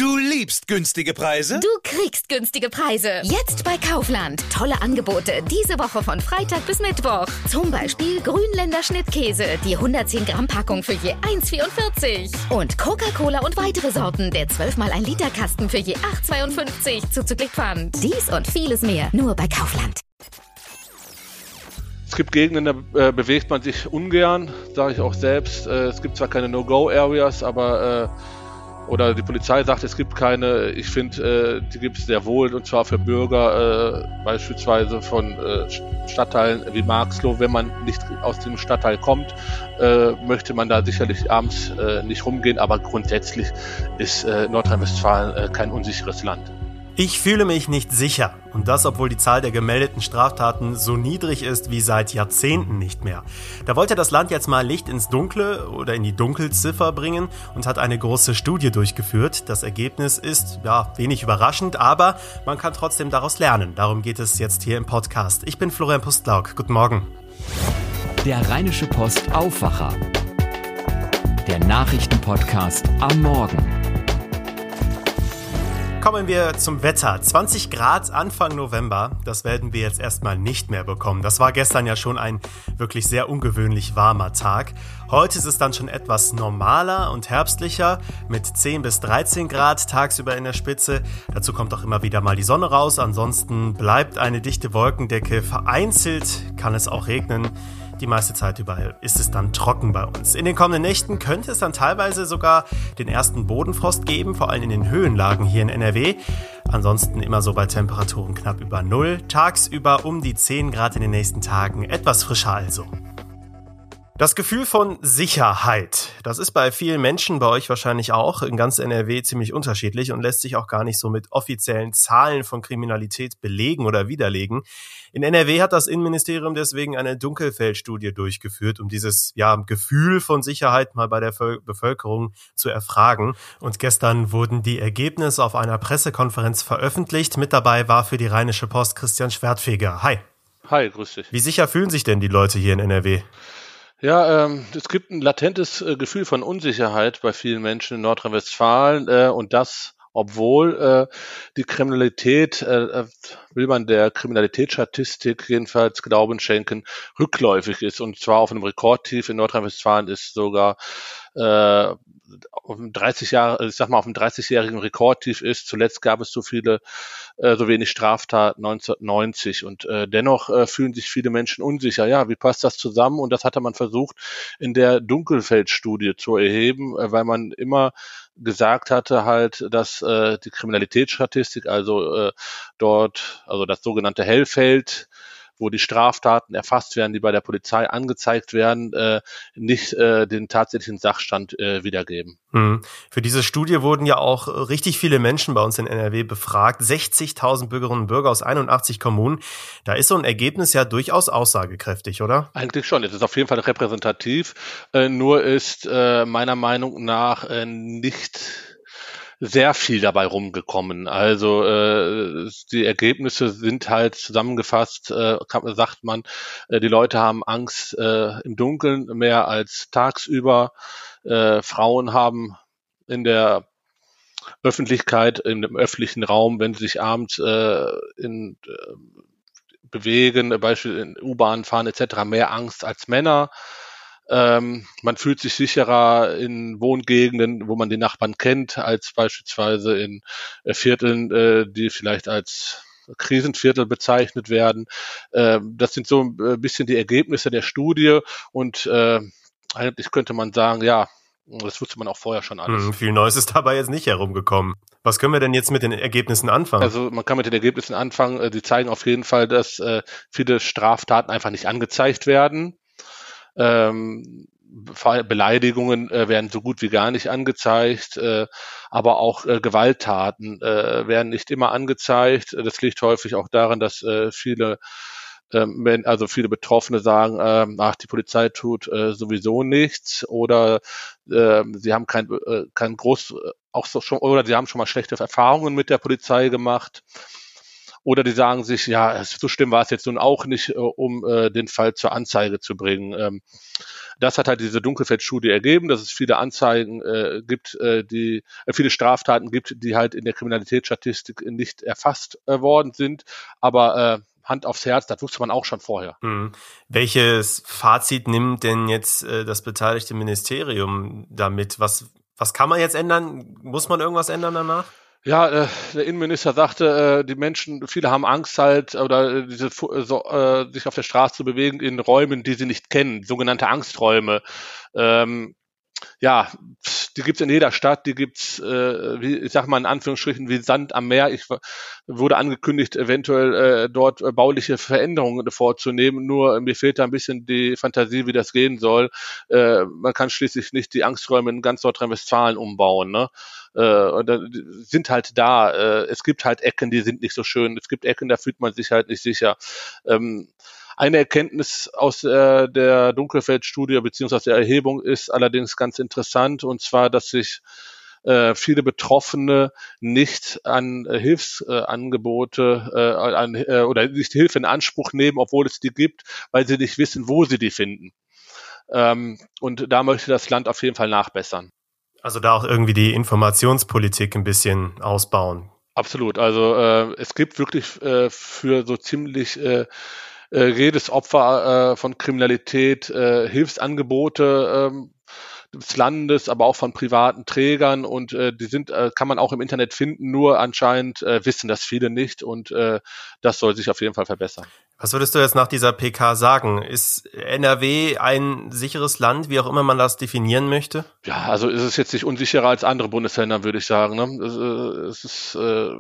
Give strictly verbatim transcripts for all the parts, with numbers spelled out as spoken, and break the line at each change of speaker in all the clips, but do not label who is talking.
Du liebst günstige Preise?
Du kriegst günstige Preise. Jetzt bei Kaufland. Tolle Angebote diese Woche von Freitag bis Mittwoch. Zum Beispiel Grünländer Schnittkäse, die hundertzehn Gramm Packung für je eins Komma vierundvierzig. Und Coca-Cola und weitere Sorten, der zwölf mal ein Liter Kasten für je acht Komma zweiundfünfzig zuzüglich Pfand. Dies und vieles mehr nur bei Kaufland.
Es gibt Gegenden, da äh, bewegt man sich ungern, sage ich auch selbst. Äh, es gibt zwar keine No-Go-Areas, aber äh, oder die Polizei sagt, es gibt keine. Ich finde, äh, die gibt es sehr wohl, und zwar für Bürger, äh, beispielsweise von äh, Stadtteilen wie Marxloh. Wenn man nicht aus dem Stadtteil kommt, äh, möchte man da sicherlich abends äh, nicht rumgehen, aber grundsätzlich ist äh, Nordrhein-Westfalen äh, kein unsicheres Land.
Ich fühle mich nicht sicher. Und das, obwohl die Zahl der gemeldeten Straftaten so niedrig ist wie seit Jahrzehnten nicht mehr. Da wollte das Land jetzt mal Licht ins Dunkle oder in die Dunkelziffer bringen und hat eine große Studie durchgeführt. Das Ergebnis ist, ja, wenig überraschend, aber man kann trotzdem daraus lernen. Darum geht es jetzt hier im Podcast. Ich bin Florian Pustlauk. Guten Morgen.
Der Rheinische Post Aufwacher. Der Nachrichtenpodcast am Morgen.
Kommen wir zum Wetter. zwanzig Grad Anfang November, das werden wir jetzt erstmal nicht mehr bekommen. Das war gestern ja schon ein wirklich sehr ungewöhnlich warmer Tag. Heute ist es dann schon etwas normaler und herbstlicher mit zehn bis dreizehn Grad tagsüber in der Spitze. Dazu kommt auch immer wieder mal die Sonne raus. Ansonsten bleibt eine dichte Wolkendecke. Vereinzelt kann es auch regnen. Die meiste Zeit überall ist es dann trocken bei uns. In den kommenden Nächten könnte es dann teilweise sogar den ersten Bodenfrost geben, vor allem in den Höhenlagen hier in N R W. Ansonsten immer so bei Temperaturen knapp über Null. Tagsüber um die zehn Grad in den nächsten Tagen, etwas frischer also. Das Gefühl von Sicherheit, das ist bei vielen Menschen, bei euch wahrscheinlich auch, in ganz N R W ziemlich unterschiedlich und lässt sich auch gar nicht so mit offiziellen Zahlen von Kriminalität belegen oder widerlegen. In N R W hat das Innenministerium deswegen eine Dunkelfeldstudie durchgeführt, um dieses ja, Gefühl von Sicherheit mal bei der Bevölkerung zu erfragen. Und gestern wurden die Ergebnisse auf einer Pressekonferenz veröffentlicht. Mit dabei war für die Rheinische Post Christian Schwertfeger. Hi.
Hi, grüß dich.
Wie sicher fühlen sich denn die Leute hier in N R W?
Ja, ähm, es gibt ein latentes äh, Gefühl von Unsicherheit bei vielen Menschen in Nordrhein-Westfalen äh, und das, obwohl äh, die Kriminalität, äh, will man der Kriminalitätsstatistik jedenfalls Glauben schenken, rückläufig ist, und zwar auf einem Rekordtief. In Nordrhein-Westfalen ist sogar äh, auf einem dreißig Jahre, ich sag mal auf einem dreißigjährigen Rekordtief ist. Zuletzt gab es so viele, äh, so wenig Straftaten neunzehnhundertneunzig, und äh, dennoch äh, fühlen sich viele Menschen unsicher. Ja, wie passt das zusammen? Und das hatte man versucht in der Dunkelfeldstudie zu erheben, äh, weil man immer gesagt hatte halt, dass äh, die Kriminalitätsstatistik, also äh, dort, also das sogenannte Hellfeld, wo die Straftaten erfasst werden, die bei der Polizei angezeigt werden, äh, nicht äh, den tatsächlichen Sachstand äh, wiedergeben.
Hm. Für diese Studie wurden ja auch richtig viele Menschen bei uns in N R W befragt, sechzigtausend Bürgerinnen und Bürger aus einundachtzig Kommunen. Da ist so ein Ergebnis ja durchaus aussagekräftig, oder?
Eigentlich schon. Es ist auf jeden Fall repräsentativ, äh, nur ist äh, meiner Meinung nach äh, nicht sehr viel dabei rumgekommen. Also äh, die Ergebnisse sind halt zusammengefasst, äh, kann, sagt man, äh, die Leute haben Angst äh, im Dunkeln mehr als tagsüber. Äh, Frauen haben in der Öffentlichkeit, in dem öffentlichen Raum, wenn sie sich abends äh, in, äh, bewegen, beispielsweise in U-Bahn fahren et cetera, mehr Angst als Männer. Ähm, man fühlt sich sicherer in Wohngegenden, wo man die Nachbarn kennt, als beispielsweise in äh, Vierteln, äh, die vielleicht als Krisenviertel bezeichnet werden. Ähm, das sind so ein bisschen die Ergebnisse der Studie, und äh, eigentlich könnte man sagen, ja, das wusste man auch vorher schon alles.
Hm, viel Neues ist dabei jetzt nicht herumgekommen. Was können wir denn jetzt mit den Ergebnissen anfangen?
Also man kann mit den Ergebnissen anfangen. Die zeigen auf jeden Fall, dass äh, viele Straftaten einfach nicht angezeigt werden. Ähm, Beleidigungen äh, werden so gut wie gar nicht angezeigt, äh, aber auch äh, Gewalttaten äh, werden nicht immer angezeigt. Das liegt häufig auch daran, dass äh, viele ähm, also viele Betroffene sagen, äh, ach, die Polizei tut äh, sowieso nichts, oder äh, sie haben kein äh, kein groß auch so schon oder sie haben schon mal schlechte Erfahrungen mit der Polizei gemacht. Oder die sagen sich, ja, so schlimm war es jetzt nun auch nicht, um äh, den Fall zur Anzeige zu bringen. Ähm, das hat halt diese Dunkelfeld-Studie ergeben, dass es viele Anzeigen äh, gibt, äh, die äh, viele Straftaten gibt, die halt in der Kriminalitätsstatistik nicht erfasst äh, worden sind. Aber äh, Hand aufs Herz, das wusste man auch schon vorher.
Hm. Welches Fazit nimmt denn jetzt äh, das beteiligte Ministerium damit? Was, was kann man jetzt ändern? Muss man irgendwas ändern danach?
Ja, äh, der Innenminister sagte, äh, die Menschen, viele haben Angst halt, oder äh, diese, so, äh, sich auf der Straße zu bewegen in Räumen, die sie nicht kennen, sogenannte Angsträume. Ähm, ja, die gibt's in jeder Stadt, die gibt's, äh, wie, ich sag mal in Anführungsstrichen, wie Sand am Meer. Ich wurde angekündigt, eventuell äh, dort äh, bauliche Veränderungen vorzunehmen, nur äh, mir fehlt da ein bisschen die Fantasie, wie das gehen soll. Äh, man kann schließlich nicht die Angsträume in ganz Nordrhein-Westfalen umbauen, ne? Äh, und dann sind halt da, äh, es gibt halt Ecken, die sind nicht so schön, es gibt Ecken, da fühlt man sich halt nicht sicher. Ähm, Eine Erkenntnis aus äh, der Dunkelfeld-Studie beziehungsweise der Erhebung ist allerdings ganz interessant, und zwar, dass sich äh, viele Betroffene nicht an äh, Hilfsangebote äh, an, äh, oder nicht Hilfe in Anspruch nehmen, obwohl es die gibt, weil sie nicht wissen, wo sie die finden. Ähm, und da möchte das Land auf jeden Fall nachbessern.
Also da auch irgendwie die Informationspolitik ein bisschen ausbauen.
Absolut. Also äh, es gibt wirklich äh, für so ziemlich äh, äh, jedes Opfer äh, von Kriminalität äh, Hilfsangebote ähm, des Landes, aber auch von privaten Trägern, und äh, die sind äh, kann man auch im Internet finden, nur anscheinend äh, wissen das viele nicht, und äh, das soll sich auf jeden Fall verbessern.
Was würdest du jetzt nach dieser P K sagen? Ist N R W ein sicheres Land, wie auch immer man das definieren möchte?
Ja, also ist es jetzt nicht unsicherer als andere Bundesländer, würde ich sagen. Ne? Es, äh, es ist äh,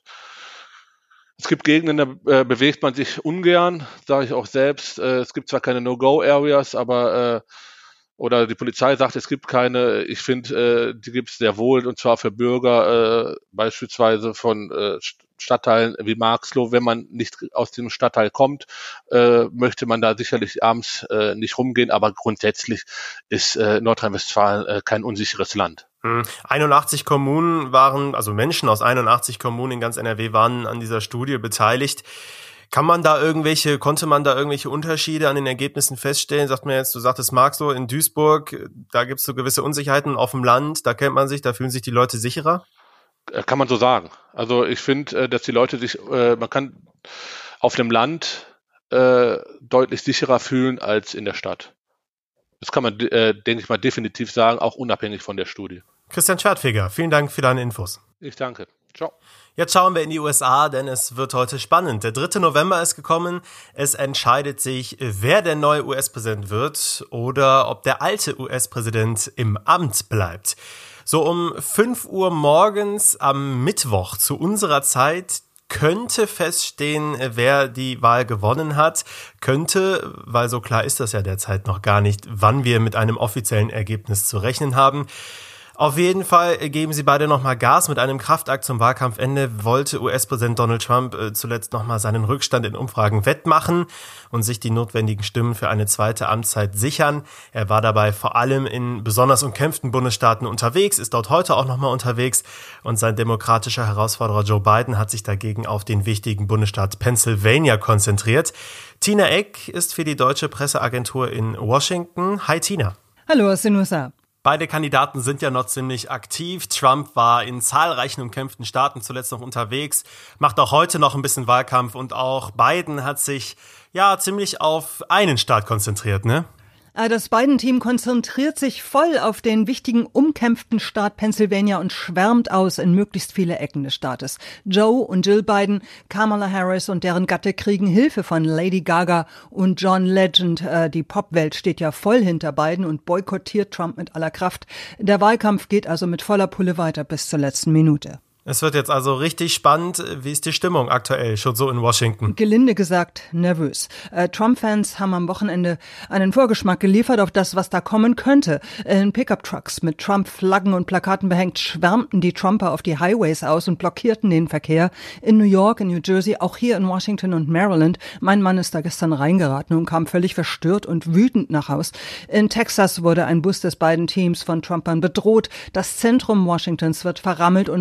Es gibt Gegenden, da äh, bewegt man sich ungern, sage ich auch selbst. Äh, es gibt zwar keine No-Go-Areas, aber äh, oder die Polizei sagt, es gibt keine. Ich finde, äh, die gibt es sehr wohl, und zwar für Bürger, äh, beispielsweise von äh, Stadtteilen wie Marxloh. Wenn man nicht aus dem Stadtteil kommt, äh, möchte man da sicherlich abends äh, nicht rumgehen. Aber grundsätzlich ist äh, Nordrhein-Westfalen äh, kein unsicheres Land.
einundachtzig Kommunen waren, also Menschen aus einundachtzig Kommunen in ganz N R W waren an dieser Studie beteiligt. Kann man da irgendwelche, konnte man da irgendwelche Unterschiede an den Ergebnissen feststellen? Sagt man jetzt, du sagtest Marxloh in Duisburg, da gibt es so gewisse Unsicherheiten auf dem Land, da kennt man sich, da fühlen sich die Leute sicherer?
Kann man so sagen. Also ich finde, dass die Leute sich, man kann auf dem Land äh, deutlich sicherer fühlen als in der Stadt. Das kann man, äh, denke ich mal, definitiv sagen, auch unabhängig von der Studie.
Christian Schwertfeger, vielen Dank für deine Infos.
Ich danke. Ciao.
Jetzt schauen wir in die U S A, denn es wird heute spannend. Der dritte November ist gekommen. Es entscheidet sich, wer der neue U S-Präsident wird oder ob der alte U S-Präsident im Amt bleibt. So um fünf Uhr morgens am Mittwoch zu unserer Zeit könnte feststehen, wer die Wahl gewonnen hat. Könnte, weil so klar ist das ja derzeit noch gar nicht, wann wir mit einem offiziellen Ergebnis zu rechnen haben. Auf jeden Fall geben sie beide nochmal Gas. Mit einem Kraftakt zum Wahlkampfende wollte U S-Präsident Donald Trump äh, zuletzt nochmal seinen Rückstand in Umfragen wettmachen und sich die notwendigen Stimmen für eine zweite Amtszeit sichern. Er war dabei vor allem in besonders umkämpften Bundesstaaten unterwegs, ist dort heute auch nochmal unterwegs, und sein demokratischer Herausforderer Joe Biden hat sich dagegen auf den wichtigen Bundesstaat Pennsylvania konzentriert. Tina Eck ist für die deutsche Presseagentur in Washington. Hi Tina.
Hallo aus den U S A.
Beide Kandidaten sind ja noch ziemlich aktiv. Trump war in zahlreichen umkämpften Staaten zuletzt noch unterwegs, macht auch heute noch ein bisschen Wahlkampf, und auch Biden hat sich ja ziemlich auf einen Staat konzentriert, ne?
Das Biden-Team konzentriert sich voll auf den wichtigen, umkämpften Staat Pennsylvania und schwärmt aus in möglichst viele Ecken des Staates. Joe und Jill Biden, Kamala Harris und deren Gatte kriegen Hilfe von Lady Gaga und John Legend. Die Popwelt steht ja voll hinter Biden und boykottiert Trump mit aller Kraft. Der Wahlkampf geht also mit voller Pulle weiter bis zur letzten Minute.
Es wird jetzt also richtig spannend. Wie ist die Stimmung aktuell schon so in Washington?
Gelinde gesagt, nervös. Äh, Trump-Fans haben am Wochenende einen Vorgeschmack geliefert auf das, was da kommen könnte. In Pickup-Trucks mit Trump-Flaggen und Plakaten behängt schwärmten die Trumper auf die Highways aus und blockierten den Verkehr. In New York, in New Jersey, auch hier in Washington und Maryland. Mein Mann ist da gestern reingeraten und kam völlig verstört und wütend nach Haus. In Texas wurde ein Bus des beiden Teams von Trumpern bedroht. Das Zentrum Washingtons wird verrammelt und verriegelt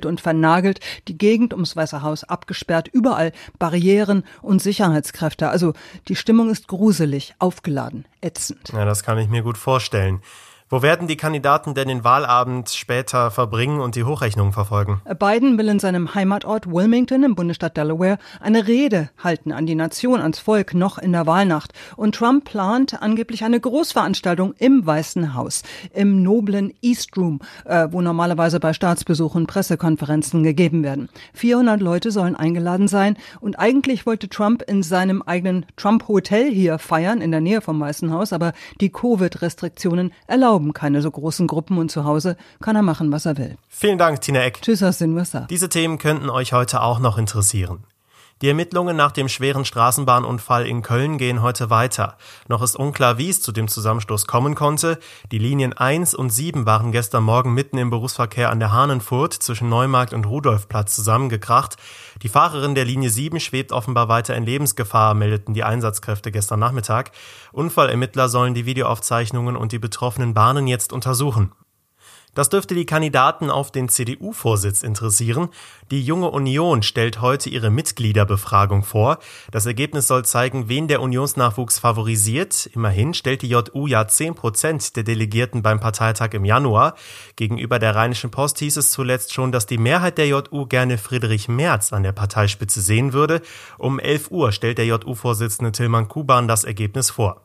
und vernagelt, die Gegend ums Weiße Haus abgesperrt, überall Barrieren und Sicherheitskräfte. Also die Stimmung ist gruselig, aufgeladen, ätzend.
Ja, das kann ich mir gut vorstellen. Wo werden die Kandidaten denn den Wahlabend später verbringen und die Hochrechnungen verfolgen?
Biden will in seinem Heimatort Wilmington im Bundesstaat Delaware eine Rede halten an die Nation, ans Volk, noch in der Wahlnacht. Und Trump plant angeblich eine Großveranstaltung im Weißen Haus, im noblen East Room, äh, wo normalerweise bei Staatsbesuchen Pressekonferenzen gegeben werden. vierhundert Leute sollen eingeladen sein und eigentlich wollte Trump in seinem eigenen Trump-Hotel hier feiern, in der Nähe vom Weißen Haus, aber die Covid-Restriktionen erlauben keine so großen Gruppen und zu Hause kann er machen, was er will.
Vielen Dank, Tina Eck.
Tschüss aus den U S A.
Diese Themen könnten euch heute auch noch interessieren. Die Ermittlungen nach dem schweren Straßenbahnunfall in Köln gehen heute weiter. Noch ist unklar, wie es zu dem Zusammenstoß kommen konnte. Die Linien eins und sieben waren gestern Morgen mitten im Berufsverkehr an der Hahnenfurt zwischen Neumarkt und Rudolfplatz zusammengekracht. Die Fahrerin der Linie sieben schwebt offenbar weiter in Lebensgefahr, meldeten die Einsatzkräfte gestern Nachmittag. Unfallermittler sollen die Videoaufzeichnungen und die betroffenen Bahnen jetzt untersuchen. Das dürfte die Kandidaten auf den C D U-Vorsitz interessieren. Die Junge Union stellt heute ihre Mitgliederbefragung vor. Das Ergebnis soll zeigen, wen der Unionsnachwuchs favorisiert. Immerhin stellt die J U ja zehn Prozent der Delegierten beim Parteitag im Januar. Gegenüber der Rheinischen Post hieß es zuletzt schon, dass die Mehrheit der J U gerne Friedrich Merz an der Parteispitze sehen würde. Um elf Uhr stellt der J U-Vorsitzende Tilman Kuban das Ergebnis vor.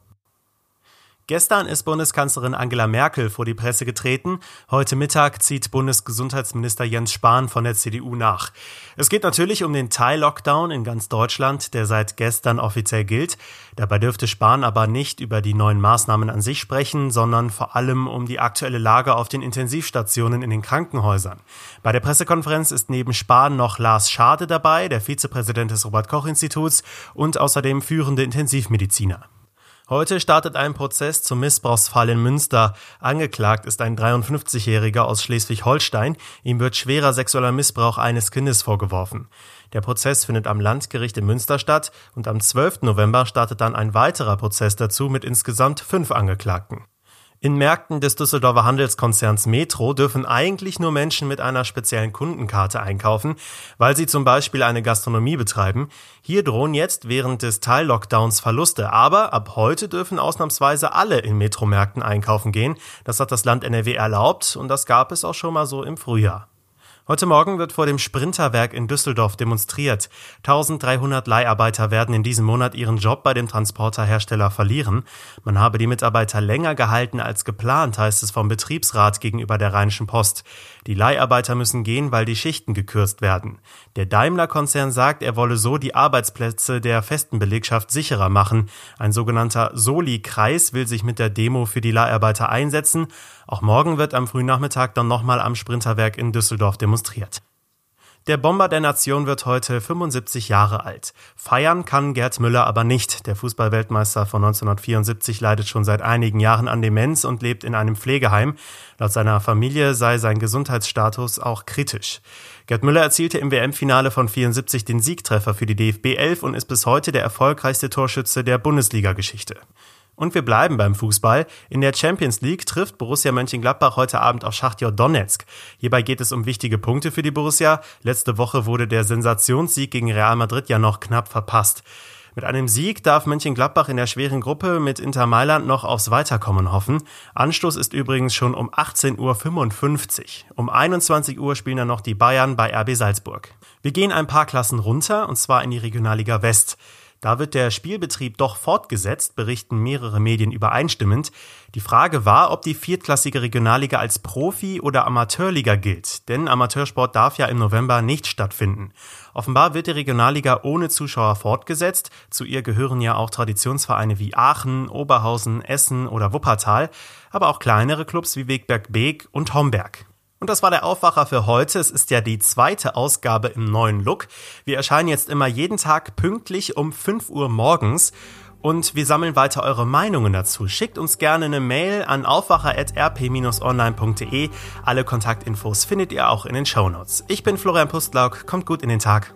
Gestern ist Bundeskanzlerin Angela Merkel vor die Presse getreten. Heute Mittag zieht Bundesgesundheitsminister Jens Spahn von der C D U nach. Es geht natürlich um den Teil-Lockdown in ganz Deutschland, der seit gestern offiziell gilt. Dabei dürfte Spahn aber nicht über die neuen Maßnahmen an sich sprechen, sondern vor allem um die aktuelle Lage auf den Intensivstationen in den Krankenhäusern. Bei der Pressekonferenz ist neben Spahn noch Lars Schade dabei, der Vizepräsident des Robert-Koch-Instituts und außerdem führende Intensivmediziner. Heute startet ein Prozess zum Missbrauchsfall in Münster. Angeklagt ist ein dreiundfünfzigjähriger aus Schleswig-Holstein. Ihm wird schwerer sexueller Missbrauch eines Kindes vorgeworfen. Der Prozess findet am Landgericht in Münster statt und am zwölften November startet dann ein weiterer Prozess dazu mit insgesamt fünf Angeklagten. In Märkten des Düsseldorfer Handelskonzerns Metro dürfen eigentlich nur Menschen mit einer speziellen Kundenkarte einkaufen, weil sie zum Beispiel eine Gastronomie betreiben. Hier drohen jetzt während des Teil-Lockdowns Verluste, aber ab heute dürfen ausnahmsweise alle in Metromärkten einkaufen gehen. Das hat das Land N R W erlaubt und das gab es auch schon mal so im Frühjahr. Heute Morgen wird vor dem Sprinterwerk in Düsseldorf demonstriert. dreizehnhundert Leiharbeiter werden in diesem Monat ihren Job bei dem Transporterhersteller verlieren. Man habe die Mitarbeiter länger gehalten als geplant, heißt es vom Betriebsrat gegenüber der Rheinischen Post. Die Leiharbeiter müssen gehen, weil die Schichten gekürzt werden. Der Daimler-Konzern sagt, er wolle so die Arbeitsplätze der festen Belegschaft sicherer machen. Ein sogenannter Soli-Kreis will sich mit der Demo für die Leiharbeiter einsetzen. Auch morgen wird am frühen Nachmittag dann nochmal am Sprinterwerk in Düsseldorf demonstriert. Der Bomber der Nation wird heute fünfundsiebzig Jahre alt. Feiern kann Gerd Müller aber nicht. Der Fußballweltmeister von neunzehnhundertvierundsiebzig leidet schon seit einigen Jahren an Demenz und lebt in einem Pflegeheim. Laut seiner Familie sei sein Gesundheitsstatus auch kritisch. Gerd Müller erzielte im W M-Finale von vierundsiebzig den Siegtreffer für die D F B elf und ist bis heute der erfolgreichste Torschütze der Bundesliga-Geschichte. Und wir bleiben beim Fußball. In der Champions League trifft Borussia Mönchengladbach heute Abend auf Schachtjor Donezk. Hierbei geht es um wichtige Punkte für die Borussia. Letzte Woche wurde der Sensationssieg gegen Real Madrid ja noch knapp verpasst. Mit einem Sieg darf Mönchengladbach in der schweren Gruppe mit Inter Mailand noch aufs Weiterkommen hoffen. Anstoß ist übrigens schon um achtzehn Uhr fünfundfünfzig. Um einundzwanzig Uhr spielen dann noch die Bayern bei R B Salzburg. Wir gehen ein paar Klassen runter, und zwar in die Regionalliga West. Da wird der Spielbetrieb doch fortgesetzt, berichten mehrere Medien übereinstimmend. Die Frage war, ob die viertklassige Regionalliga als Profi- oder Amateurliga gilt, denn Amateursport darf ja im November nicht stattfinden. Offenbar wird die Regionalliga ohne Zuschauer fortgesetzt. Zu ihr gehören ja auch Traditionsvereine wie Aachen, Oberhausen, Essen oder Wuppertal, aber auch kleinere Clubs wie Wegberg-Beek und Homberg. Und das war der Aufwacher für heute. Es ist ja die zweite Ausgabe im neuen Look. Wir erscheinen jetzt immer jeden Tag pünktlich um fünf Uhr morgens. Und wir sammeln weiter eure Meinungen dazu. Schickt uns gerne eine Mail an aufwacher at r p dash online punkt d e. Alle Kontaktinfos findet ihr auch in den Shownotes. Ich bin Florian Pustlauk. Kommt gut in den Tag.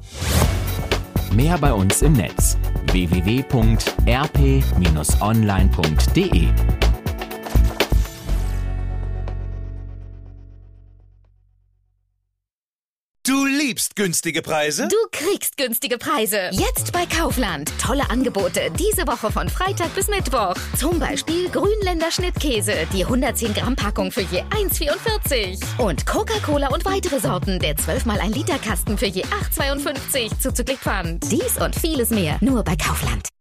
Mehr bei uns im Netz w w w punkt r p dash online punkt d e
Du liebst günstige Preise?
Du kriegst günstige Preise. Jetzt bei Kaufland. Tolle Angebote diese Woche von Freitag bis Mittwoch. Zum Beispiel Grünländer Schnittkäse, die hundertzehn Gramm Packung für je eins Komma vierundvierzig. Und Coca-Cola und weitere Sorten, der zwölf mal ein Liter Kasten für je acht Komma zweiundfünfzig zuzüglich Pfand. Dies und vieles mehr nur bei Kaufland.